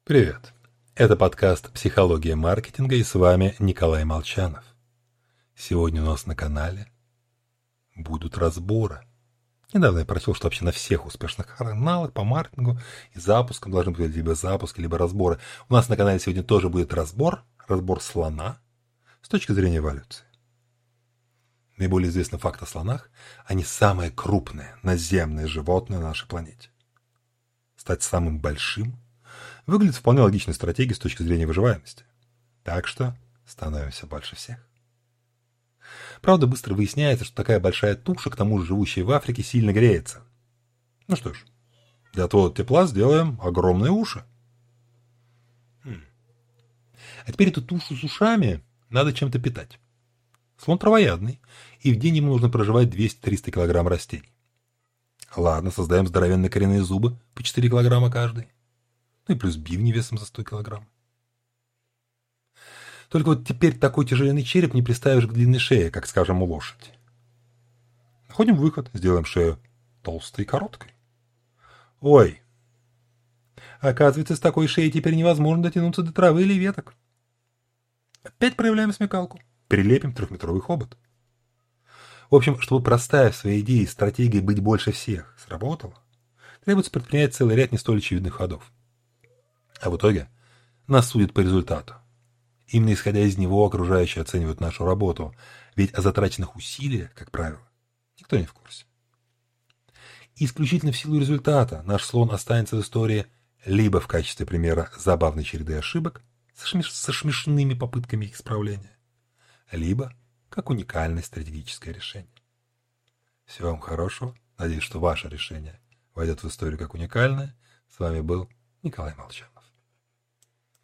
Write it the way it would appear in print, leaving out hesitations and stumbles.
Привет. Это подкаст «Психология маркетинга» и с вами Николай Молчанов. Сегодня у нас на канале будут разборы. Недавно я прочел, что вообще на всех успешных каналах по маркетингу и запускам должны быть либо запуски, либо разборы. У нас на канале сегодня тоже будет разбор слона с точки зрения эволюции. Наиболее известный факт о слонах – они самые крупные наземные животные на нашей планете. Стать самым большим выглядит вполне логичной стратегией с точки зрения выживаемости. Так что становимся больше всех. Правда, быстро выясняется, что такая большая туша, к тому же живущая в Африке, сильно греется. Ну что ж, для отвода тепла сделаем огромные уши. А теперь эту тушу с ушами надо чем-то питать. Слон травоядный, и в день ему нужно проживать 200-300 килограмм растений. Ладно, создаем здоровенные коренные зубы по 4 килограмма каждый. Ну и плюс бивни весом за 100 килограмм. Только вот теперь такой тяжеленный череп не приставишь к длинной шее, как, скажем, у лошади. Находим выход, сделаем шею толстой и короткой. Ой, оказывается, с такой шеей теперь невозможно дотянуться до травы или веток. Опять проявляем смекалку, прилепим 3-метровый хобот. В общем, чтобы простая в своей идее стратегия быть больше всех сработала, требуется предпринять целый ряд не столь очевидных ходов. А в итоге нас судят по результату. Именно исходя из него окружающие оценивают нашу работу, ведь о затраченных усилиях, как правило, никто не в курсе. И исключительно в силу результата наш слон останется в истории либо в качестве примера забавной череды ошибок со смешными попытками их исправления, либо как уникальное стратегическое решение. Всего вам хорошего. Надеюсь, что ваше решение войдет в историю как уникальное. С вами был Николай Молчанов.